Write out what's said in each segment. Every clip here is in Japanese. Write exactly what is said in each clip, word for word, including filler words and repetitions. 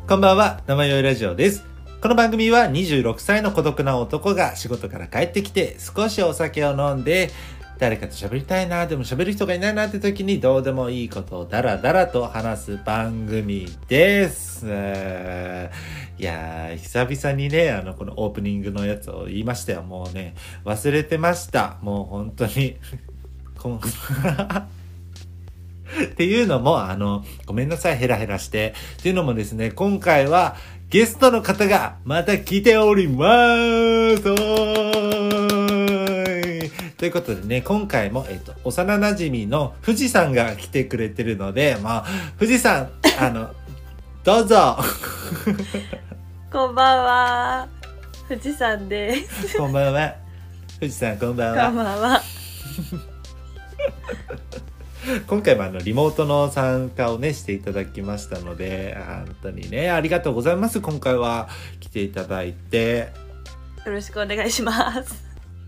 こんばんは、生よいラジオです。この番組はにじゅうろくさいの孤独な男が仕事から帰ってきて少しお酒を飲んで誰かと喋りたいな、でも喋る人がいないなって時にどうでもいいことをダラダラと話す番組です。えー、いやー久々にね、あのこのオープニングのやつを言いましたよ。もうね忘れてました。もう本当にこんっていうのもあのごめんなさい、ヘラヘラしてっていうのもですね、今回はゲストの方がまた来ております。おーいということでね、今回も、えっと、幼馴染の富士さんが来てくれてるので、まあ、富士さん、あの、どうぞ。 こんばんは。富士山です。 こんばんは。富士さん、こんばんは。 こんばんは。 今回もあのリモートの参加をねしていただきましたので、本当にねありがとうございます。今回は来ていただいてよろしくお願いします。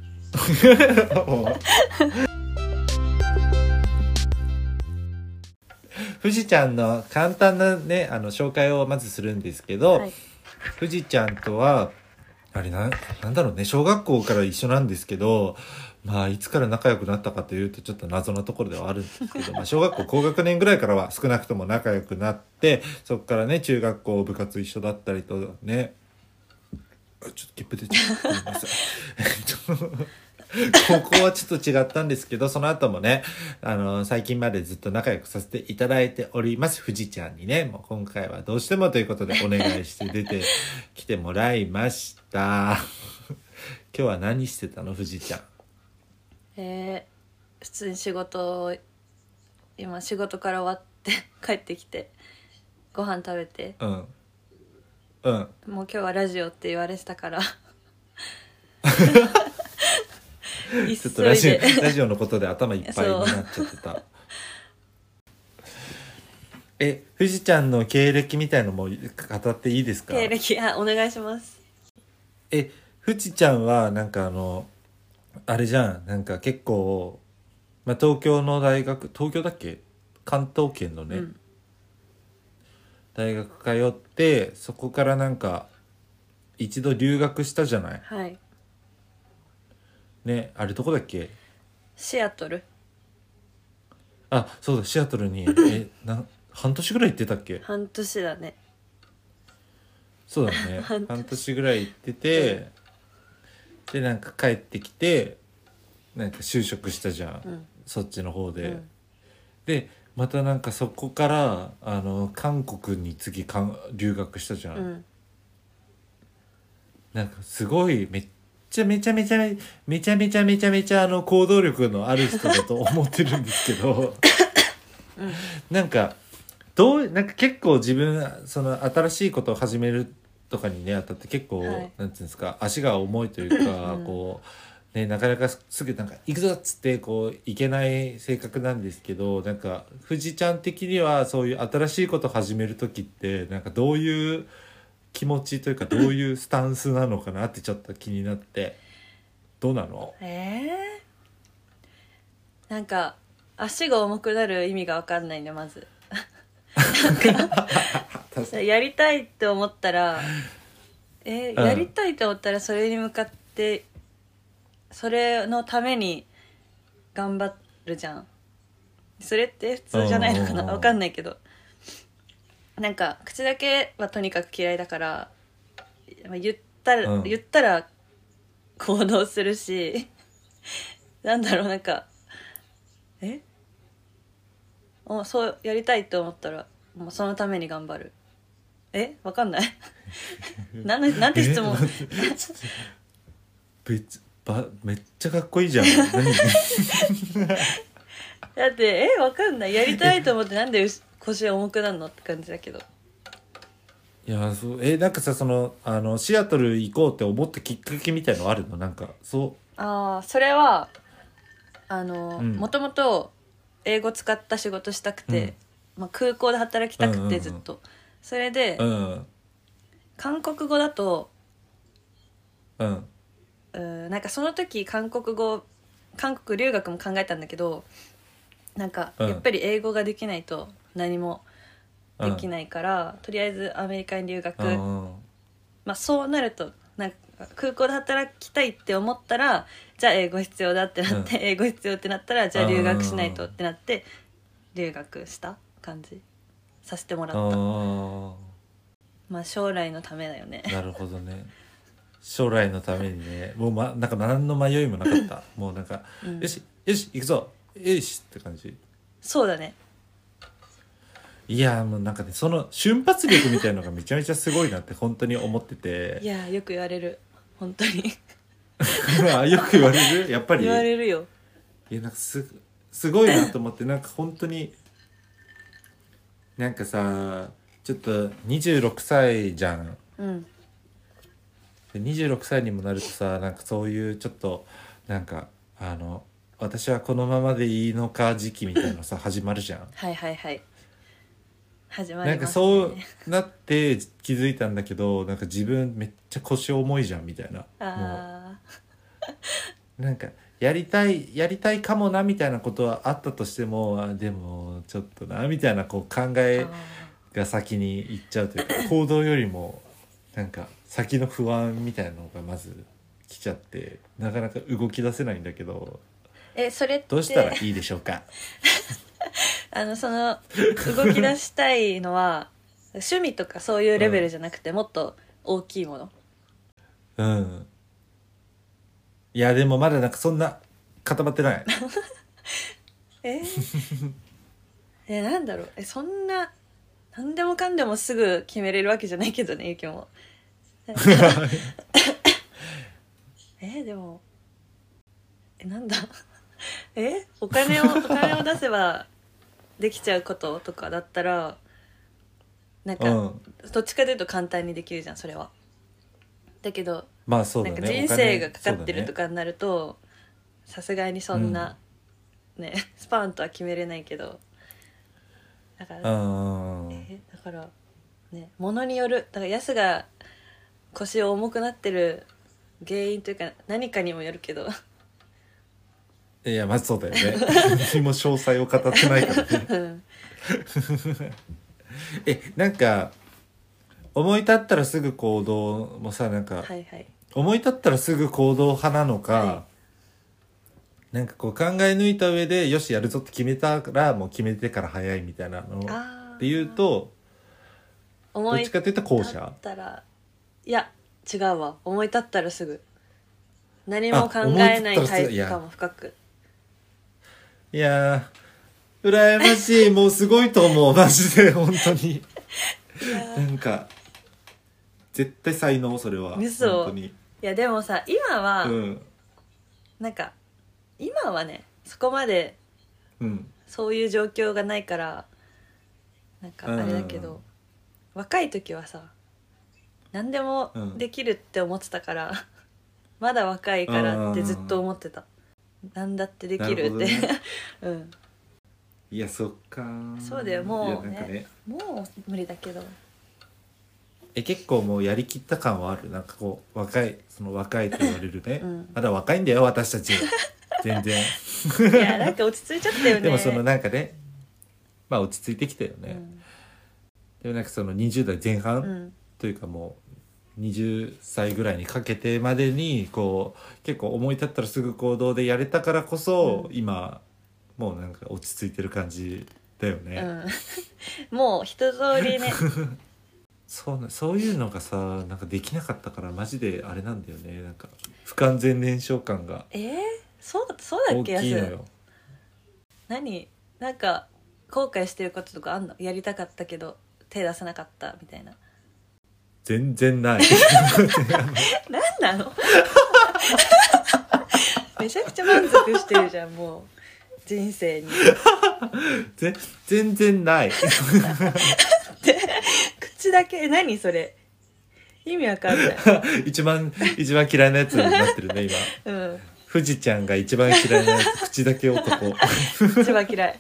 富士ちゃんの簡単なねあの紹介をまずするんですけど、はい、富士ちゃんとはあれ な, なんだろうね小学校から一緒なんですけど、まあいつから仲良くなったかというとちょっと謎なところではあるんですけど、まあ小学校高学年ぐらいからは少なくとも仲良くなって、そこからね中学校部活一緒だったりとね、ちょっとゲップ出ちゃったごめんなさいここはちょっと違ったんですけど、その後もねあの最近までずっと仲良くさせていただいております富士ちゃんにね、もう今回はどうしてもということでお願いして出てきてもらいました今日は何してたの富士ちゃん？ えー、普通に仕事今仕事から終わって帰ってきてご飯食べて、 うんうんもう今日はラジオって言われてたからちょっとラジオラジオのことで頭いっぱいになっちゃってたえ、富士ちゃんの経歴みたいのも語っていいですか？ 経歴、あ、お願いします。 え、富士ちゃんはなんかあのあれじゃん、なんか結構、まあ、東京の大学、東京だっけ？関東圏のね、うん、大学通って、そこからなんか一度留学したじゃない？ はい。 ね、あれどこだっけ？ シアトル。 あ、そうだ、シアトルにえな半年ぐらい行ってたっけ？ 半年だね。 そうだね半, 半年ぐらい行ってて、でなんか帰ってきてなんか就職したじゃん、うん、そっちの方で、うん、でまたなんかそこからあの韓国に次かん留学したじゃん、うん、なんかすごいめっちゃめちゃめちゃめちゃめちゃめちゃめちゃあの行動力のある人だと思ってるんですけど、うん、なんかどうなんか結構自分その新しいことを始めるとかにねあたって結構、はい、なんていうんですか、足が重いというか、うん、こうねなかなかすぐなんか行くぞっつってこう行けない性格なんですけど、なんか富士ちゃん的にはそういう新しいことを始める時ってなんかどういう気持ちというかどういうスタンスなのかなってちょっと気になって、どうなの？ えー、なんか足が重くなる意味が分かんないねまずなんかやりたいって思ったらえー、やりたいと思ったらそれに向かってそれのために頑張るじゃん。それって普通じゃないのかな、分かんないけど、なんか口だけはとにかく嫌いだから言ったら、うん、言ったら行動するしなんだろう、なんかえおそうやりたいと思ったらもうそのために頑張る。えわかんないなんなんて質問別ばめっちゃかっこいいじゃん何だってえわかんない、やりたいと思ってなんで腰重くなるのって感じだけど。 いやそうえなんかさそのあのシアトル行こうって思ったきっかけみたいのあるの？なんかそうああそれはあの、うん、もともと英語使った仕事したくて、うんまあ、空港で働きたくて、うんうんうん、ずっとそれで、うん、韓国語だと、うん、うなんかその時韓国語韓国留学も考えたんだけど、なんかやっぱり英語ができないと何もできないから、うん、とりあえずアメリカに留学、 うんまあ、そうなるとなんか空港で働きたいって思ったらじゃあ英語必要だってなって、うん、英語必要ってなったらじゃあ留学しないとってなって留学した感じさせてもらった。あ、まあ将来のためだよね。 なるほどね。将来のためにね、もう、ま、なんか何の迷いもなかったもうなんか、うん、よしよし行くぞよしって感じ。 そうだね。 いやもうなんかねその瞬発力みたいのがめちゃめちゃすごいなって本当に思ってていやよく言われる本当によく言われるやっぱり言われるよ。 いやなんかすすごいなと思ってなんか本当になんかさちょっとにじゅうろくさいじゃん、うん、でにじゅうろくさいにもなるとさなんかそういうちょっとなんかあの私はこのままでいいのか時期みたいなのさ始まるじゃん。 はいはいはい始まりますね。 なんかそうなって気づいたんだけどなんか自分めっちゃ腰重いじゃんみたいな。あもうなんかやりたいやりたいかもなみたいなことはあったとしてもあでもちょっとなみたいなこう考えが先にいっちゃうというか行動よりもなんか先の不安みたいなのがまず来ちゃってなかなか動き出せないんだけどえそれってどうしたらいいでしょうかあのその動き出したいのは趣味とかそういうレベルじゃなくて、うん、もっと大きいもの。 うんいやでもまだなんかそんな固まってないええなんだろうえそんな何でもかんでもすぐ決めれるわけじゃないけどねゆきもえでもえなんだえお金をお金を出せばできちゃうこととかだったらなんか、うん、どっちかというと簡単にできるじゃんそれは。だけど、 まあそうだね、 なんか人生がかかってるとかになるとさすがにそんな、うん、ねスパンとは決めれないけどだから、えだからねものによるだからヤスが腰重くなってる原因というか何かにもよるけどいやまずそうだよね何も詳細を語ってないからね、うん、えなんか思い立ったらすぐ行動もさなんか、はいはい、思い立ったらすぐ行動派なのか、はい、なんかこう考え抜いた上でよしやるぞって決めたらもう決めてから早いみたいなのっていうとどっちかっていうと後者。 思い立ったらいや違うわ思い立ったらすぐ何も考えないタイプかも深く。 いやー羨ましいもうすごいと思うマジで本当になんか絶対才能それは本当に。いやでもさ今は、うん、なんか今はねそこまで、うん、そういう状況がないからなんかあれだけど、うん、若い時はさ何でもできるって思ってたから、うん、まだ若いからってずっと思ってた。なんだってできるって、ねうん、 いやそっかそうだよもう ね, ねもう無理だけどえ結構もうやりきった感はあるなんかこう若いその若いと言われるね、うん、まだ若いんだよ私たち全然いやなんか落ち着いちゃったよねでもそのなんかねまあ落ち着いてきたよね、うん、でもなんかそのにじゅう代前半、うん、というかもうにじゅっさいぐらいにかけてまでにこう結構思い立ったらすぐ行動でやれたからこそ、うん、今もうなんか落ち着いてる感じだよね、 うん、もう一通りねそうね、そういうのがさなんかできなかったからマジであれなんだよねなんか不完全燃焼感がえー、そうそうだっけ大きいのよ。 何なんか後悔してることとかあんのやりたかったけど手出せなかったみたいな。 全然ない何なのめちゃくちゃ満足してるじゃんもう人生にぜ全然ない口だけ何それ意味わかんない一番一番嫌いなやつになってるね今、うん、富士ちゃんが一番嫌いなやつ口だけ男一番嫌い。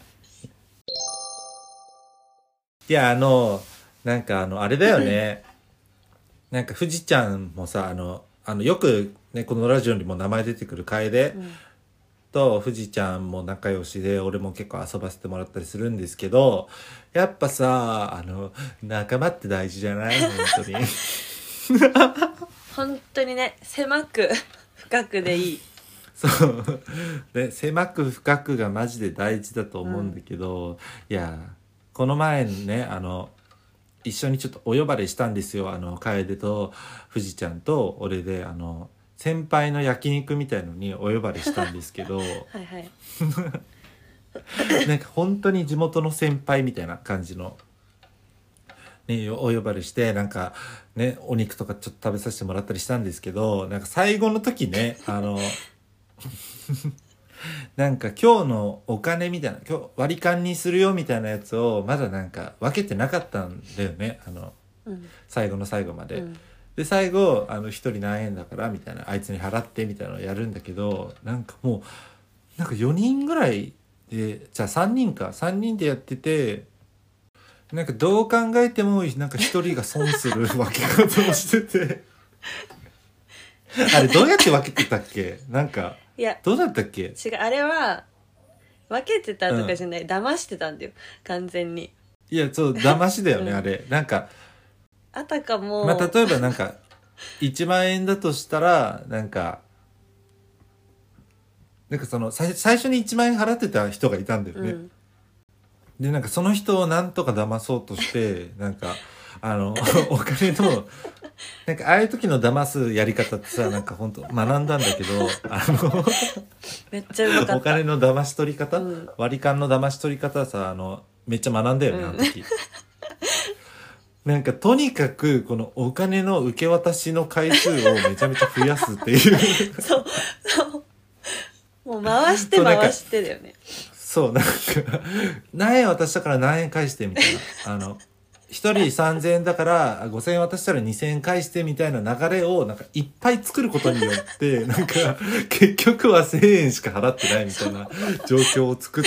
いやあのなんかあのあれだよねなんか富士ちゃんもさあのあのよくねこのラジオにも名前出てくる楓、うん、 と藤ちゃんも仲良しで俺も結構遊ばせてもらったりするんですけど、やっぱさあの仲間って大事じゃない本当に本当にね、狭く深くでいい。 そうで狭く深くがマジで大事だと思うんだけど、うん、いやこの前ねあの一緒にちょっとお呼ばれしたんですよ。あの楓と藤ちゃんと俺であの先輩の焼肉みたいのにお呼ばれしたんですけどはい、はい、なんか本当に地元の先輩みたいな感じの、ね、お呼ばれしてなんかねお肉とかちょっと食べさせてもらったりしたんですけど、なんか最後の時ねあのなんか今日のお金みたいな今日割り勘にするよみたいなやつをまだなんか分けてなかったんだよねあの、うん、最後の最後まで、うん、で最後あのひとり何円だからみたいなあいつに払ってみたいなのをやるんだけど、なんかもうなんかよにんぐらいでじゃあさんにんかさんにんでやってて、なんかどう考えてもなんかひとりが損する分け方をしててあれどうやって分けてたっけなんかいやどうだったっけ。 違う、あれは分けてたとかじゃない、うん、騙してたんだよ完全に。いやそう騙しだよね、うん、あれなんかあたかも、 まあ、例えばなんかいちまん円だとしたらなんかなんかその最初にいちまん円払ってた人がいたんだよね、うん、でなんかその人をなんとか騙そうとしてなんかあのお金のなんかああいう時の騙すやり方ってさなんか本当学んだんだけどあのめっちゃうまかった。 お金の騙し取り方、うん、割り勘の騙し取り方さあのめっちゃ学んだよね、うん、あの時なんかとにかくこのお金の受け渡しの回数をめちゃめちゃ増やすっていうそうそうもう回して回してだよね。 そうなんか何円渡したから何円返してみたいなあのひとりさんぜんえんだからごせんえん渡したらにせんえん返してみたいな流れをなんかいっぱい作ることによってなんか結局はせんえんしか払ってないみたいな状況を作って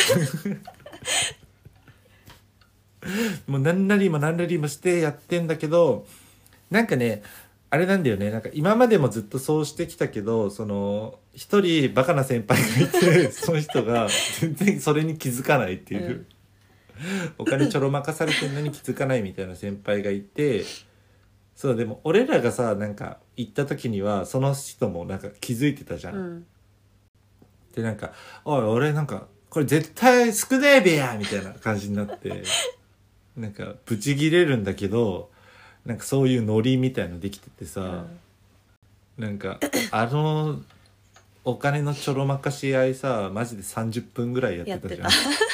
もう何なりも何なりもしてやってんだけど、なんかねあれなんだよね、なんか今までもずっとそうしてきたけどその一人バカな先輩がいてその人が全然それに気づかないっていう、うんお金ちょろまかされてるのに気づかないみたいな先輩がいて、そうでも俺らがさなんか行った時にはその人もなんか気づいてたじゃん、うん、でなんかおい俺なんかこれ絶対少ねえべやみたいな感じになってなんかブチギレるんだけどなんかそういうノリみたいのできててさ、うん、なんかあのお金のちょろまかし合いさマジでさんじゅっぷんぐらいやってたじゃん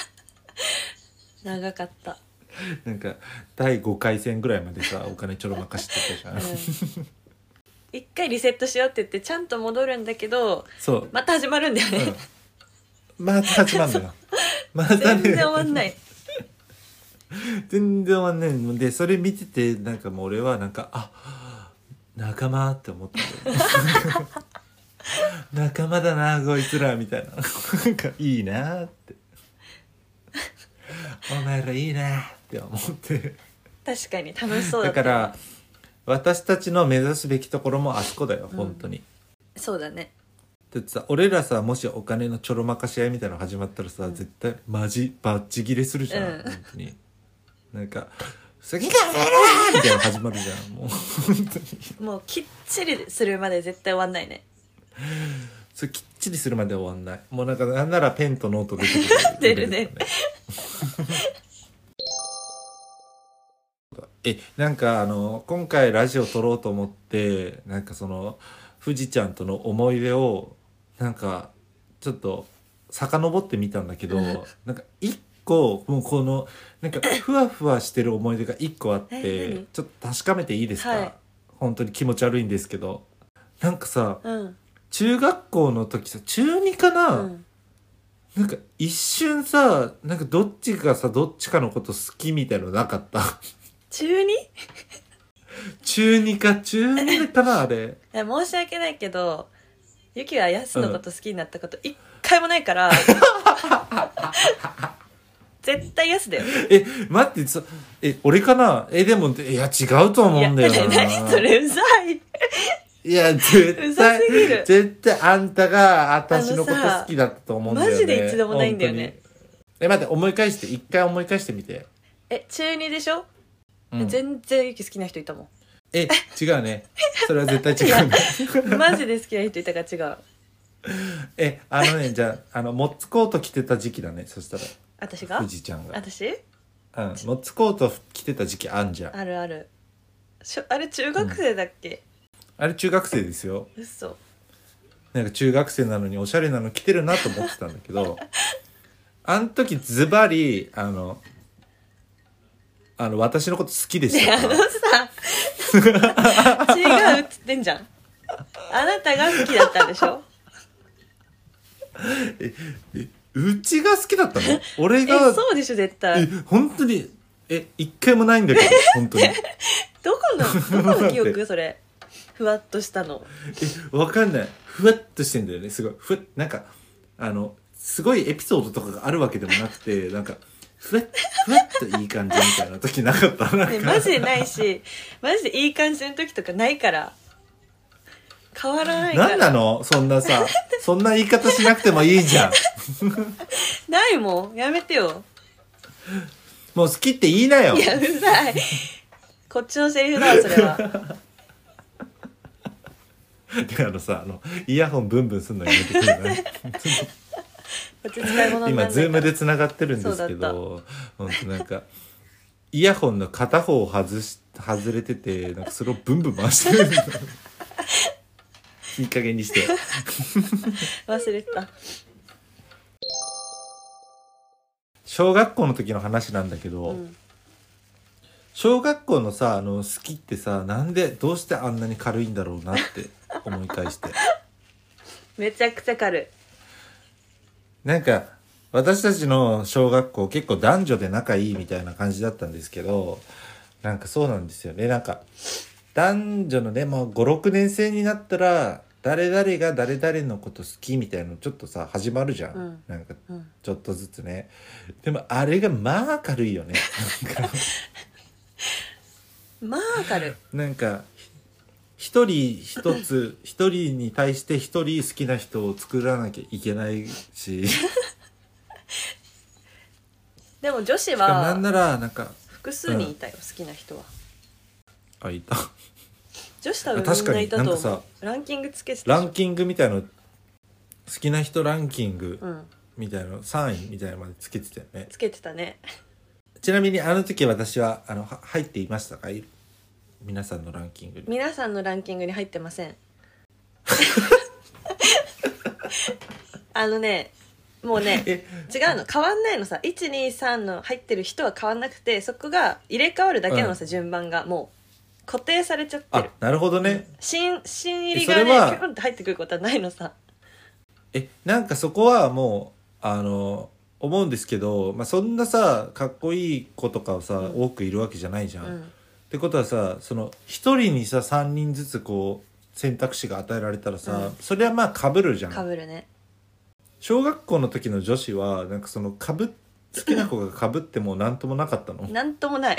長かった。 なんかだいごかい戦ぐらいまでさお金ちょろまかしてたじゃん、うん、 一回リセットしようって言ってちゃんと戻るんだけどそうまた始まるんだよね、 うん、また始まるんだよまたね全然終わんない全然終わんないのでそれ見ててなんかもう俺はなんかあ仲間って思った仲間だなこいつらみたいななんかいいなってお前らいいなって思って確かに楽しそうだった。だから私たちの目指すべきところもあそこだよ、うん、本当に。 そうだね。 だってさ俺らさもしお金のちょろまかし合いみたいなの始まったらさ、うん、絶対マジバッチギレするじゃん、うん、本当になんか好きだみたいなの始まるじゃんもう本当にもうきっちりするまで絶対終わんないね。 それきっちりするまで終わんない。もうなんかなんならペンとノート出てくる出るねえなんかあの今回ラジオ撮ろうと思ってなんかその富士ちゃんとの思い出をなんかちょっと遡ってみたんだけどなんか一個もうこのなんかふわふわしてる思い出が一個あってちょっと確かめていいですか、はい、本当に気持ち悪いんですけどなんかさ、うん、中学校の時さ中にかな、うん、なんか一瞬さなんかどっちがさどっちかのこと好きみたいなのなかった中に中にか中にかなあれいや申し訳ないけどゆきはヤスのこと好きになったこと一回もないから、うん、絶対ヤスだよ。 え待ってそえ俺かなえでもいや違うと思うんだよな。 いや何それうざいいや絶うざすぎる対絶対あんたが私のこと好きだったと思うんだよね。 マジで一度もないんだよね。 本当にえ待って思い返して一回思い返してみて。 え中にでしょ、 うん、 全然ユキ好きな人いたもん。 え違うねそれは絶対違うねマジで好きな人いたから違う。 えあのねじゃああのモッツコート着てた時期だね。そしたら私が富士ちゃんが私うんモッツコート着てた時期あんじゃん。 あるあるしょあれ中学生だっけ、 あれ中学生ですよ。 うっそ。 なんか中学生なのにおしゃれなの着てるなと思ってたんだけどあん時ズバリあのあの私のこと好きでしねあのたかさ違うっつってんじゃん。あなたが好きだったんでしょ。 ええうちが好きだったの俺えがそうでしょ絶え対。 本当にえ一回もないんだけど本当にどこのどこの記憶それふわっとしたの。 えわかんないふわっとしてんだよねすごいふわなんかあのすごいエピソードとかがあるわけでもなくてなんかふわっふわっといい感じみたいな時なかったなんか、 ね、マジでないしマジでいい感じの時とかないから変わらないから。 何なのそんなさそんな言い方しなくてもいいじゃんないもんやめてよ。 もう好きって言いなよ。 いやうざいこっちのセリフだわそれは。 であのさあのイヤホンブンブンすんのやめてくれないこっち使い物にな今んないから。 ズームでつながってるんですけそうど本当なんかイヤホンの片方外し外れててなんかそれをブンブン回してるんだよいい加減にして忘れてた。 小学校の時の話なんだけど、 うん、 小学校のさあの好きってさなんでどうしてあんなに軽いんだろうなって思い返してめちゃくちゃ軽い。 なんか私たちの小学校結構男女で仲いいみたいな感じだったんですけどなんかそうなんですよね。なんか男女のねもうごろくねん生になったら誰々が誰々のこと好きみたいなのちょっとさ始まるじゃん、 うんなんかうんちょっとずつね。でもあれがまあ軽いよねなんかまあ軽い。 なんか一人一つ一人に対して一人好きな人を作らなきゃいけないしでも女子しかもなんはならなんか複数人いたよ、好きな人は。 あいた女子多分みん確かにないたと思う。 なんかさランキングつけてたし。 ランキングみたいの好きな人ランキングうんみたいなのさんいみたいなのまでつけてたよね。 つけてたね。 ちなみにあの時私はあのは入っていましたか皆さんのランキングに。 皆さんのランキングに入ってませんあのねもうねえ違うの変わんないのさ。いちにさんの入ってる人は変わんなくてそこが入れ替わるだけなのさ、 うん順番がもう固定されちゃってある。 なるほどね。 新新入りがねえそれはピョンって入ってくることはないのさ。 えなんかそこはもうあの思うんですけど、まあ、そんなさかっこいい子とかはさ、 うん多くいるわけじゃないじゃん、 うんってことはさその一人にささんにんずつこう選択肢が与えられたらさ、 うんそれはまあかぶるじゃん。 かぶるね。 小学校の時の女子はなんかそのかぶ好きな子がかぶってもなんともなかったのなんともない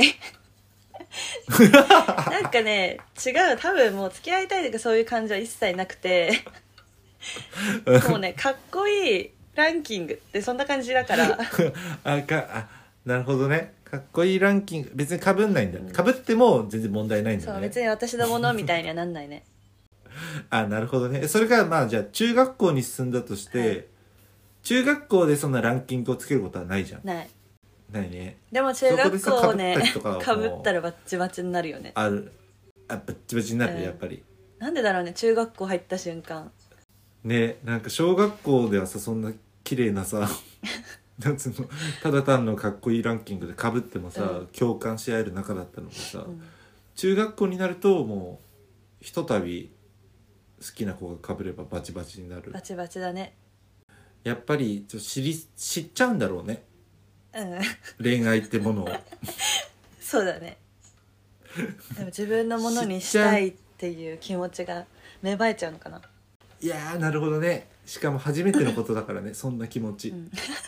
なんかね違う多分もう付き合いたいとかそういう感じは一切なくてもうねかっこいいランキングってそんな感じだからあかあなるほどね。かっこいいランキング別にかぶんないんだよね。かぶっても全然問題ないんだよね。 そう別に私のものみたいにはなんないねあなるほどね。それがまあじゃあ中学校に進んだとして、 はい、 中学校でそんなランキングをつけることはないじゃん。 ない。 ないね。 でも中学校ねそこでさ被ったりとかはもうかぶったらバッチバチになるよね。 あるあバッチバチになる、 うんやっぱりなんでだろうね中学校入った瞬間ね。なんか小学校ではさそんな綺麗なさなんつうのただ単のかっこいいランキングでかぶってもさ、 うん共感し合える仲だったのがさ、 うん中学校になるともうひとたび好きな子がかぶればバチバチになる。 バチバチだね。 やっぱりちょっと知り知っちゃうんだろうねうん恋愛ってものをそうだね。でも自分のものにしたいっていう気持ちが芽生えちゃうのかな。 いやーなるほどね。しかも初めてのことだからねそんな気持ち、 うん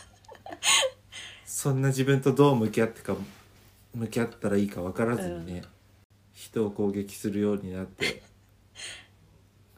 そんな自分とどう向き合ってか向き合ったらいいか分からずにね、 うん人を攻撃するようになって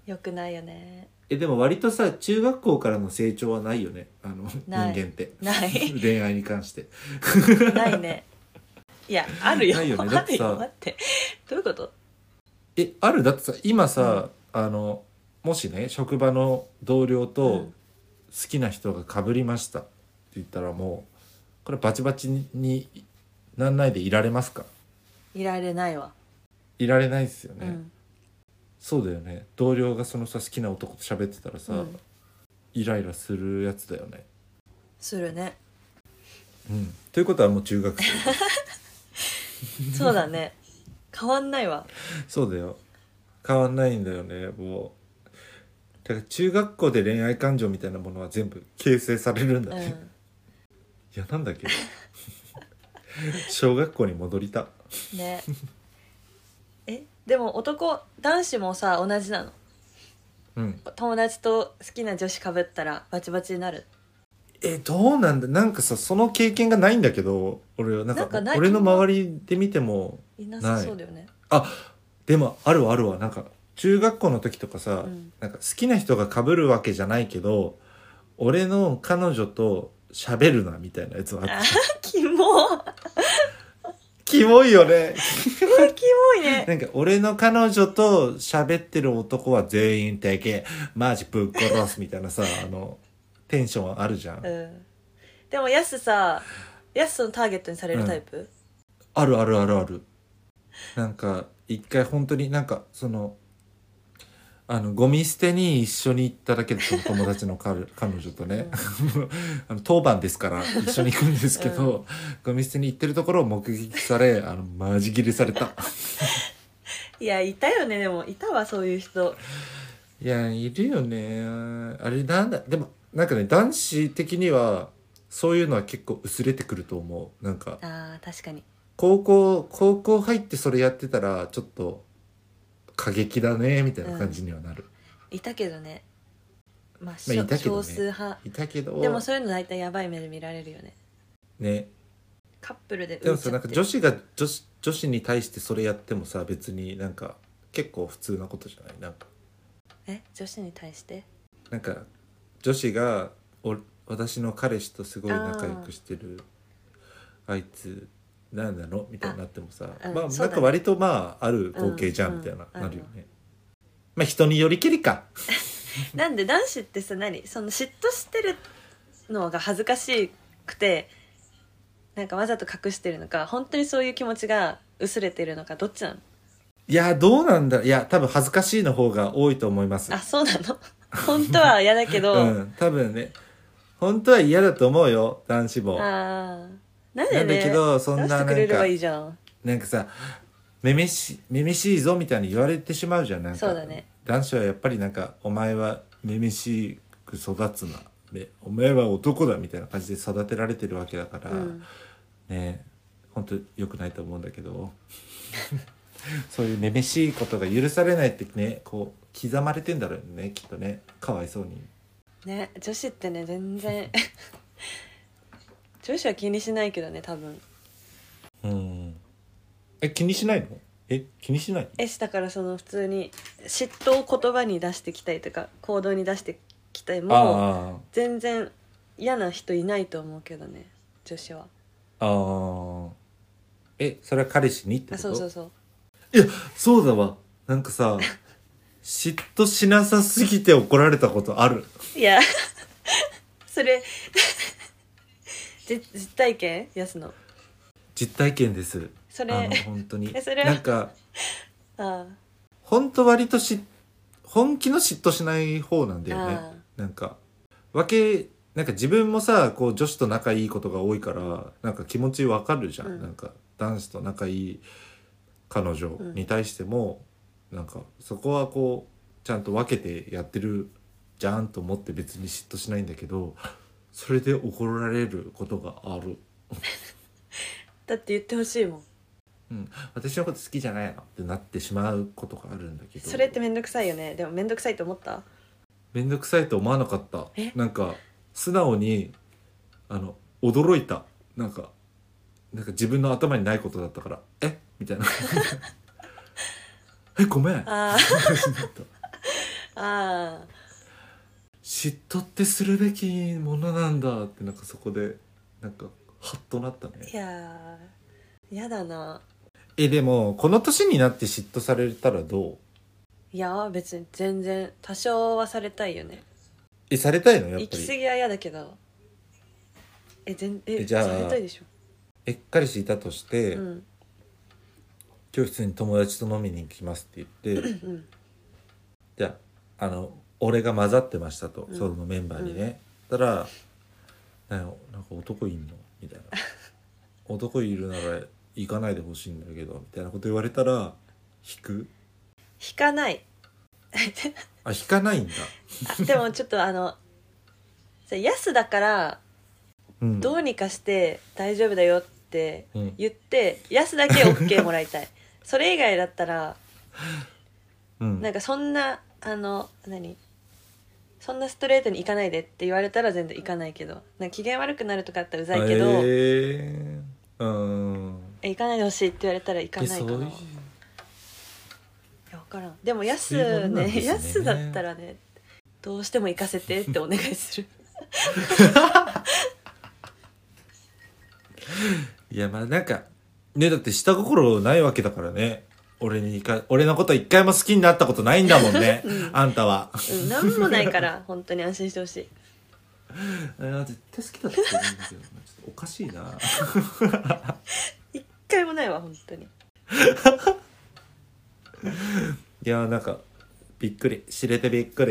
よくないよね。 えでも割とさ中学校からの成長はないよね、あの人ない間ってない恋愛に関してないね。いやあるよ。 ないよねだってさあるよ待ってどういうこと？ えあるだってさ今さ、うん、あのもしね職場の同僚と好きな人が被りましたって言ったらもうこれバチバチになんないでいられますか？ いられないわ。 いられないですよね、 うん、 そうだよね。同僚がそのさ好きな男と喋ってたらさ、うん、イライラするやつだよね。 するね。 うんということはもう中学生そうだね変わんないわ。 そうだよ変わんないんだよね。もうだから中学校で恋愛感情みたいなものは全部形成されるんだね、うん、いやなんだっけ小学校に戻りたねえでも男男子もさ同じなの、 うん、 友達と好きな女子かぶったらバチバチになる？ えどうなんだなんかさその経験がないんだけど俺はなんか俺の周りで見てもいなさそうだよね。 あでもあるわあるわなんか中学校の時とかさ、うん、なんか好きな人が被るわけじゃないけど俺の彼女と喋るなみたいなやつはあったキモキモいよねキモいねなんか俺の彼女と喋ってる男は全員敵マジぶっ殺すみたいなさあのテンションあるじゃん、 うん、でもヤスさヤスのターゲットにされるタイプ、うん、 あるあるあるあるなんか一回本当になんかそのあのゴミ捨てに一緒に行っただけでその友達の彼彼女とね、うん、あの当番ですから一緒に行くんですけど、うん、ゴミ捨てに行ってるところを目撃されあのマジ切れされたいやいたよねでもいたわそういう人いやいるよねあれなんだでもなんかね男子的にはそういうのは結構薄れてくると思うなんかあ確かに高校高校入ってそれやってたらちょっと過激だねみたいな感じにはなる、 うん、いたけどねまあ、 まあ、いたけどね少数派いたけどでもそういうの大体やばい目で見られるよねねカップルででもさなんか女子が女子女子に対してそれやってもさ別になんか結構普通なことじゃないなんかえ女子に対してなんか女子がお私の彼氏とすごい仲良くしてる あ, あいつなんなのみたいになってもさ、うん、まあなんか割とまあある光景じゃんみたいな、うん、なるよね、うん、まあ人によりけりかなんで男子ってさ何その嫉妬してるのが恥ずかしくてなんかわざと隠してるのか本当にそういう気持ちが薄れてるのかどっちなの？ いやどうなんだいや多分恥ずかしいの方が多いと思います。 あそうなの本当は嫌だけど、 うん、多分ね本当は嫌だと思うよ男子も。 あなんでね、 なんだけどそんななんか出してくれればいいじゃん。 なんかさめめしめめしいぞみたいに言われてしまうじゃん。なんかそうだね男子はやっぱりなんかお前はめめしく育つなお前は男だみたいな感じで育てられてるわけだから、うん、ね本当良くないと思うんだけどそういうめめしいことが許されないってねこう刻まれてんだろうねきっとねかわいそうにね。女子ってね全然女子は気にしないけどね多分。 うんえ気にしないの？え気にしない？ えだからその普通に嫉妬を言葉に出してきたりとか行動に出してきたりも全然嫌な人いないと思うけどね女子は。 ああえそれは彼氏にってこと？ あそうそうそう。 いやそうだわなんかさ嫉妬しなさすぎて怒られたことある。 いやそれ実体験やすの実体験です。 それあの本当にえそれなんかあ本当割とし本気の嫉妬しない方なんだよね。なんかわけなんか自分もさこう女子と仲いいことが多いからなんか気持ちわかるじゃん、うん、なんか男子と仲いい彼女に対しても、うん、なんかそこはこうちゃんと分けてやってるじゃんと思って別に嫉妬しないんだけどそれで怒られることがあるだって言ってほしいもん、 うん、私のこと好きじゃないのってなってしまうことがあるんだけどそれってめんどくさいよね。でもめんどくさいと思った？ めんどくさいと思わなかった。なんか素直にあの驚いた。なんかなんか自分の頭にないことだったからえみたいなえごめんあああ嫉妬ってするべきものなんだって、なんかそこでなんかハッとなったね。 いやーやだな。 えでもこの年になって嫉妬されたらどう？ いやー別に全然多少はされたいよね。 えされたいのやっぱり。 行き過ぎは嫌だけど。え全ええじゃあされたいでしょ。 え彼氏いたとして、 うん、 今日普通に友達と飲みに行きますって言って、 うん、 じゃああの俺が混ざってましたと、 うんそのメンバーにね、たらなんかなんか男いんのみたいな男いるなら行かないでほしいんだけどみたいなこと言われたら引く？ 引かないあ引かないんだあでもちょっとあの安だからうんどうにかして大丈夫だよってうん言って、安だけ OK もらいたいそれ以外だったらうんなんかそんなあの何そんなストレートに行かないでって言われたら全然行かないけど、なんか機嫌悪くなるとかあったらうざいけど、 えー、うんえ行かないでほしいって言われたら行かないかな。 えそういういや分からん。でも安そういうものなんねですね安だったらねどうしても行かせてってお願いするいやまあなんかねだって下心ないわけだからね。俺にか俺のこと一回も好きになったことないんだもんね、うん、あんたはうん何もないから本当に安心してほしいあ絶対好きだったと思うんだけどちょっとおかしいな一回もないわ本当にいやなんかびっくり知れてびっくり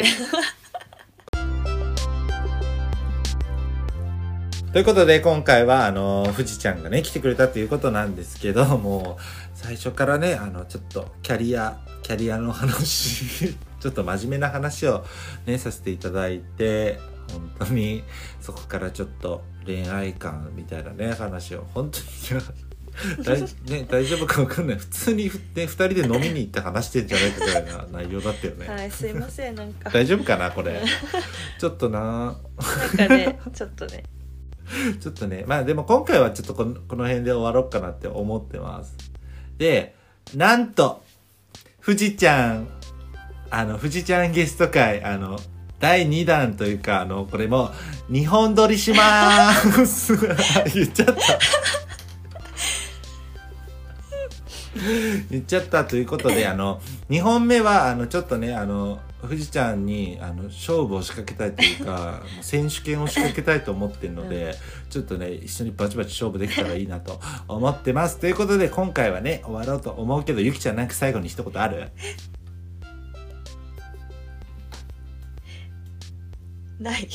ということで今回はあの富士ちゃんがね来てくれたということなんですけども、最初からねあのちょっとキャリアキャリアの話ちょっと真面目な話をねさせていただいて、本当にそこからちょっと恋愛観みたいなね話を本当に大, ね、大丈夫か分かんない。普通に、ね、ふたりで飲みに行って話してんじゃないかぐらいな内容だったよね。 はいすいませんなんか大丈夫かなこれちょっとななんかねちょっとねちょっとねまあでも今回はちょっとこの、この辺で終わろうかなって思ってます。でなんと富士ちゃんあの富士ちゃんゲスト会あのだいにだんというかあのこれもにほん撮りしまーす言っちゃった言っちゃったということであのにほんめはあのちょっとねあの富士ちゃんにあの勝負を仕掛けたいというか選手権を仕掛けたいと思ってるので、うん、ちょっとね一緒にバチバチ勝負できたらいいなと思ってますということで今回はね終わろうと思うけどゆきちゃんなんか最後に一言ある？ ない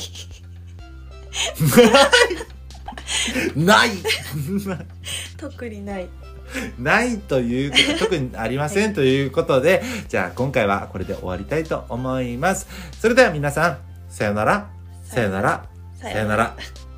ない特にないないということ特にありませんということで、じゃあ今回はこれで終わりたいと思います。それでは皆さんさよならさよならさよなら。